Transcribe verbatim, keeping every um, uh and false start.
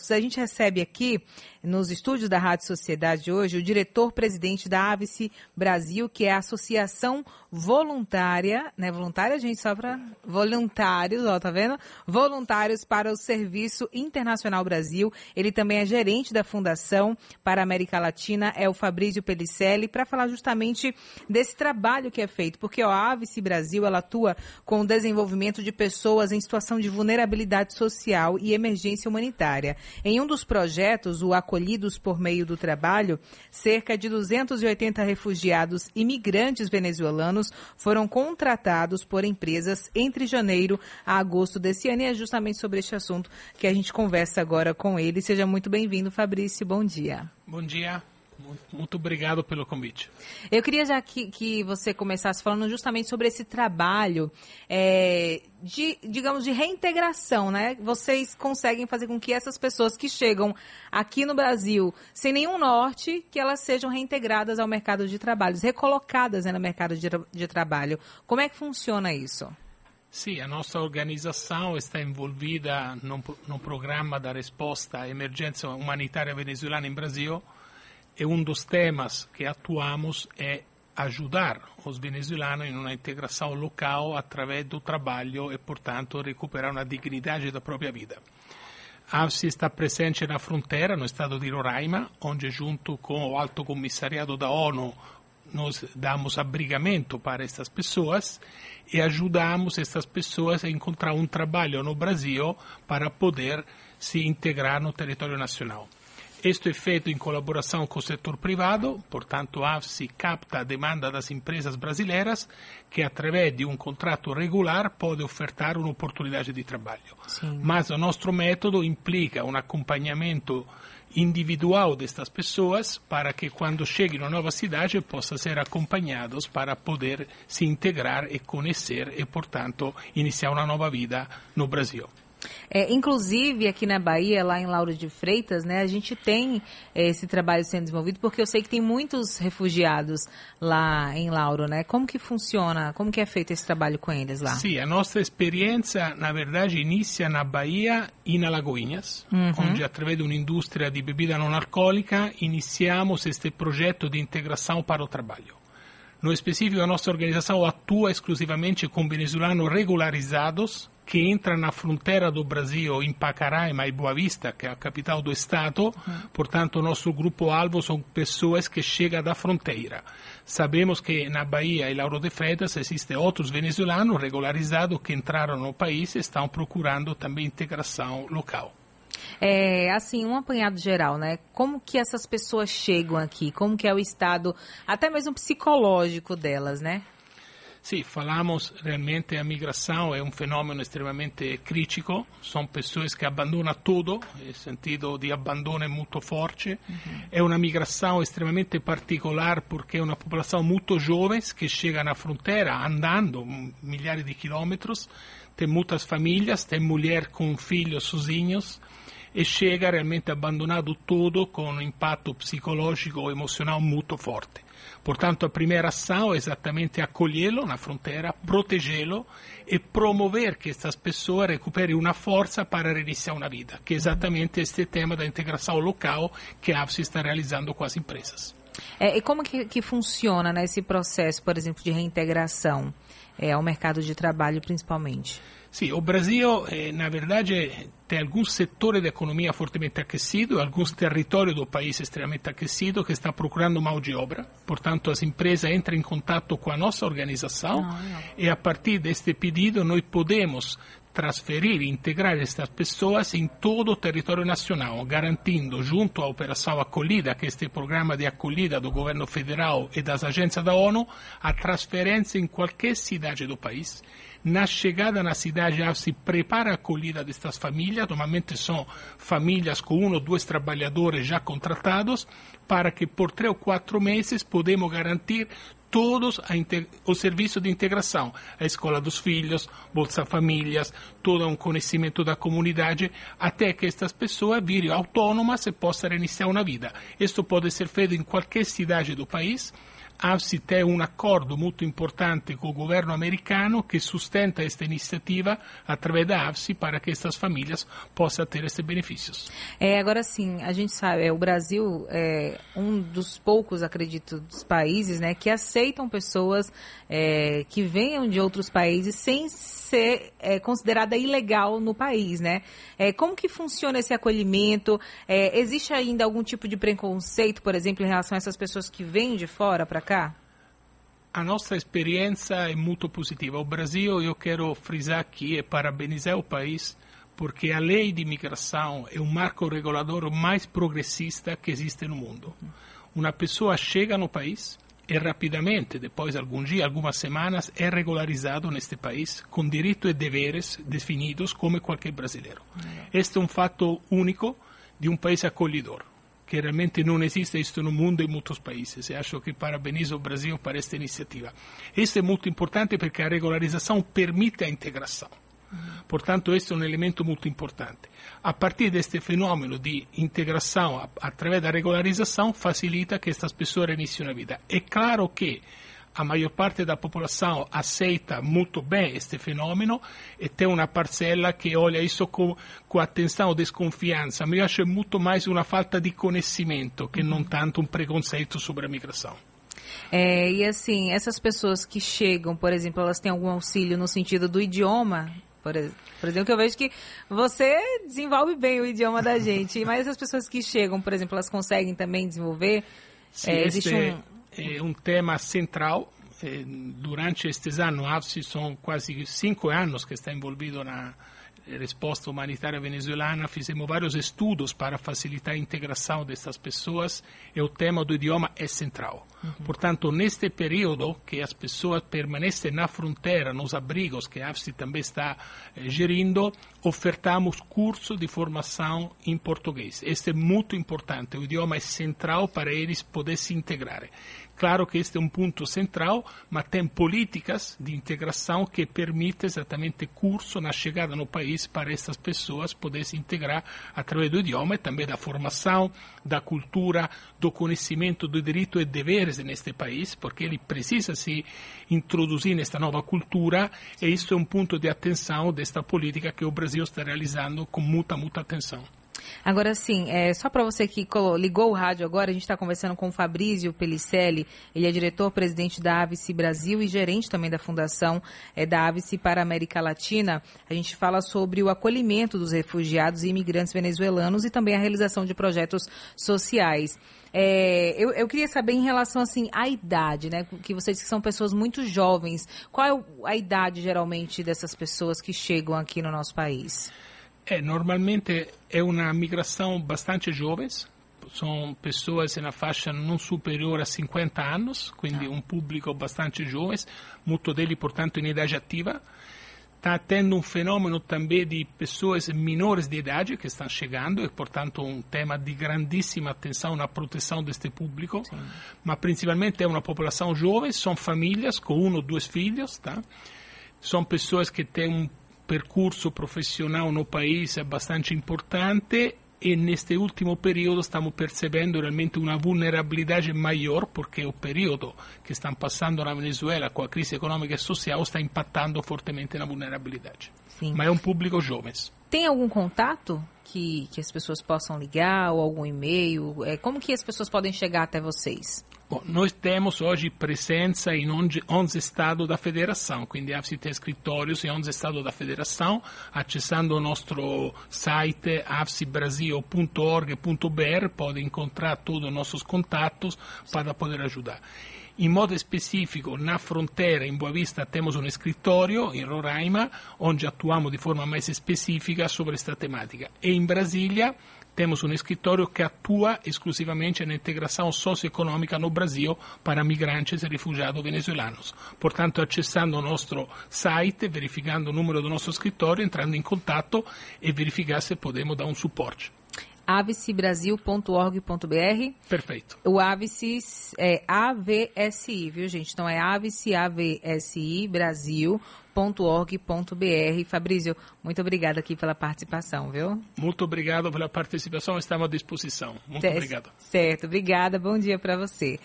Santos. A gente recebe aqui, nos estúdios da Rádio Sociedade hoje, o diretor-presidente da Avice Brasil, que é a Associação Voluntária, né? Voluntária, gente, só para voluntários, ó, tá vendo? Voluntários para o Serviço Internacional Brasil. Ele também é gerente da Fundação para a América Latina, é o Fabrício Pellicelli, para falar justamente desse trabalho que é feito, porque ó, a Avice Brasil, ela atua com o desenvolvimento de pessoas em situação de vulnerabilidade social e emergência humanitária. Em um dos projetos, o Acolhidos por Meio do Trabalho, cerca de duzentos e oitenta refugiados imigrantes venezuelanos foram contratados por empresas entre janeiro a agosto desse ano, e é justamente sobre este assunto que a gente conversa agora com ele. Seja muito bem-vindo, Fabrício, bom dia. Bom dia. Muito obrigado pelo convite. Eu queria já que, que você começasse falando justamente sobre esse trabalho é, de, digamos, de reintegração, né? Vocês conseguem fazer com que essas pessoas que chegam aqui no Brasil sem nenhum norte, que elas sejam reintegradas ao mercado de trabalho, recolocadas, né, no mercado de, de trabalho. Como é que funciona isso? Sim, a nossa organização está envolvida no, no programa da resposta à emergência humanitária venezuelana em Brasil. E um dos temas que atuamos é ajudar os venezuelanos em uma integração local através do trabalho e, portanto, recuperar uma dignidade da própria vida. A Avice está presente na fronteira, no estado de Roraima, onde, junto com o Alto Comissariado da ONU, nós damos abrigamento para estas pessoas e ajudamos estas pessoas a encontrar um trabalho no Brasil para poder se integrar no território nacional. Isto é feito em colaboração com o setor privado, portanto a Avice capta a demanda das empresas brasileiras que, através de um contrato regular, pode ofertar uma oportunidade de trabalho. Sim. Mas o nosso método implica um acompanhamento individual destas pessoas para que, quando cheguem a uma nova cidade, possam ser acompanhados para poder se integrar e conhecer e, portanto, iniciar uma nova vida no Brasil. É, inclusive, aqui na Bahia, lá em Lauro de Freitas, né, a gente tem é, esse trabalho sendo desenvolvido, porque eu sei que tem muitos refugiados lá em Lauro, né? Como que funciona, como que é feito esse trabalho com eles lá? Sim, a nossa experiência, na verdade, inicia na Bahia e na Alagoinhas, uhum. onde, através de uma indústria de bebida não alcoólica, iniciamos este projeto de integração para o trabalho. No específico, a nossa organização atua exclusivamente com venezuelanos regularizados que entram na fronteira do Brasil em Pacaraima e Boa Vista, que é a capital do estado. Uhum. Portanto, o nosso grupo-alvo são pessoas que chegam da fronteira. Sabemos que na Bahia e Lauro de Freitas existem outros venezuelanos regularizados que entraram no país e estão procurando também integração local. É, assim, um apanhado geral, né? Como que essas pessoas chegam aqui? Como que é o estado, até mesmo psicológico delas, né? Sim, falamos realmente a migração é um fenômeno extremamente crítico. São pessoas que abandonam tudo, o sentido de abandono é muito forte. Uhum. É uma migração extremamente particular porque é uma população muito jovem que chega na fronteira andando milhares de quilômetros. Tem muitas famílias, tem mulher com filhos sozinhos e chega realmente abandonado tudo com um impacto psicológico e emocional muito forte. Portanto, a primeira ação é exatamente acolhê-lo na fronteira, protegê-lo e promover que estas pessoas recuperem uma força para reiniciar uma vida, que é exatamente este tema da integração local que a Avice está realizando com as empresas. É, e como que, que funciona, né, esse processo, por exemplo, de reintegração é, ao mercado de trabalho, principalmente? Sim, o Brasil, eh, na verdade, tem alguns setores da economia fortemente aquecidos, alguns territórios do país extremamente aquecidos que estão procurando mão de obra. Portanto, as empresas entram em contato com a nossa organização não, não. e, a partir deste pedido, nós podemos transferir e integrar estas pessoas em todo o território nacional, garantindo, junto à Operação Acolhida, que é este programa de acolhida do governo federal e das agências da ONU, a transferência em qualquer cidade do país. Na chegada na cidade, a Avice prepara a acolhida destas famílias, normalmente são famílias com um ou dois trabalhadores já contratados, para que por três ou quatro meses podemos garantir todos a o serviço de integração, a escola dos filhos, Bolsa Famílias, todo um conhecimento da comunidade, até que estas pessoas virem autônomas e possam reiniciar uma vida. Isso pode ser feito em qualquer cidade do país. A V S I tem um acordo muito importante com o governo americano que sustenta esta iniciativa através da A V S I para que estas famílias possam ter esses benefícios. É, agora sim, a gente sabe, é, o Brasil é um dos poucos, acredito, dos países, né, que aceitam pessoas é, que venham de outros países sem ser é, considerada ilegal no país, né? É, como que funciona esse acolhimento? É, existe ainda algum tipo de preconceito, por exemplo, em relação a essas pessoas que vêm de fora para cá? A nossa experiência é muito positiva. O Brasil, eu quero frisar aqui e parabenizar o país, porque a lei de imigração é o marco regulador mais progressista que existe no mundo. Uma pessoa chega no país e rapidamente, depois de algum dia, algumas semanas, é regularizado neste país com direitos e deveres definidos como qualquer brasileiro. Este é um fato único de um país acolhedor, que realmente não existe isso no mundo em muitos países. E acho que parabenizo o Brasil para esta iniciativa. Isso é muito importante porque a regularização permite a integração. Portanto, este é um elemento muito importante. A partir deste fenômeno de integração através da regularização, facilita que estas pessoas iniciem a vida. É claro que a maior parte da popolação aceita muito bem este fenômeno e tem uma parcela que olha isso com, com atenção ou desconfiança, mas eu acho muito mais uma falta de conhecimento que não tanto um preconceito sobre a migração. É, e assim, essas pessoas que chegam, por exemplo, elas têm algum auxílio no sentido do idioma? Por exemplo, que eu vejo que você desenvolve bem o idioma da gente, mas essas pessoas que chegam, por exemplo, elas conseguem também desenvolver? Sim, é, existe existe um... é um tema central. Durante estes anos, a V S I são quase cinco anos que está envolvido na resposta humanitária venezuelana. Fizemos vários estudos para facilitar a integração dessas pessoas e o tema do idioma é central. Uhum. Portanto, neste período que as pessoas permanecem na fronteira, nos abrigos que a V S I também está eh, gerindo, ofertamos cursos de formação em português. Este é muito importante. O idioma é central para eles poderem se integrarem. Claro que este é um ponto central, mas tem políticas de integração que permitem exatamente curso na chegada no país para essas pessoas poderem se integrar através do idioma e também da formação, da cultura, do conhecimento do direito e deveres neste país, porque ele precisa se introduzir nesta nova cultura e isso é um ponto de atenção desta política que o Brasil está realizando com muita, muita atenção. Agora sim, é, só para você que ligou o rádio agora, a gente está conversando com o Fabrício Pellicelli, ele é diretor-presidente da A V S I Brasil e gerente também da fundação é, da A V S I para a América Latina. A gente fala sobre o acolhimento dos refugiados e imigrantes venezuelanos e também a realização de projetos sociais. É, eu, eu queria saber em relação assim, à idade, né? Que vocês que são pessoas muito jovens, qual é a idade geralmente dessas pessoas que chegam aqui no nosso país? É, normalmente é uma migração bastante jovens, são pessoas na faixa não superior a cinquenta anos, quindi um público bastante jovem, muito dele, portanto, em idade ativa. Está tendo um fenômeno também de pessoas menores de idade que estão chegando e, portanto, um tema de grandíssima atenção na proteção deste público, sim, mas principalmente é uma população jovem, são famílias com um ou dois filhos, tá? São pessoas que têm um percurso profissional no país é bastante importante e neste último período estamos percebendo realmente uma vulnerabilidade maior porque o período que estão passando na Venezuela com a crise econômica e social está impactando fortemente na vulnerabilidade. Sim. Mas é um público jovem. Tem algum contato que, que as pessoas possam ligar ou algum e-mail? É, como que as pessoas podem chegar até vocês? Bom, nós temos hoje presença em onze estados da federação, quindi a V S I tem escritórios em onze estados da federação, acessando o nosso site a v s i brasil ponto org ponto b r pode encontrar todos os nossos contatos para poder ajudar. In modo specifico, na frontiera in Boa Vista temos um escritório, in Roraima, onde atuamos de forma mais específica sobre esta temática. E in Brasília temos um escritório que atua exclusivamente na integração socioeconômica no Brasil para migrantes e refugiados venezuelanos. Portanto, acessando o nosso site, verificando o número do nosso escritório, entrando em contato e verificar se podemos dar um suporte. a v s i brasil ponto org ponto b r. Perfeito. O A V S I é A V S I, viu, gente? Então é A V S I, A V S I Brasil ponto org ponto b r. Fabrício, muito obrigada aqui pela participação, viu? Muito obrigado pela participação, estamos à disposição. Muito obrigado. Certo, obrigada. Bom dia para você.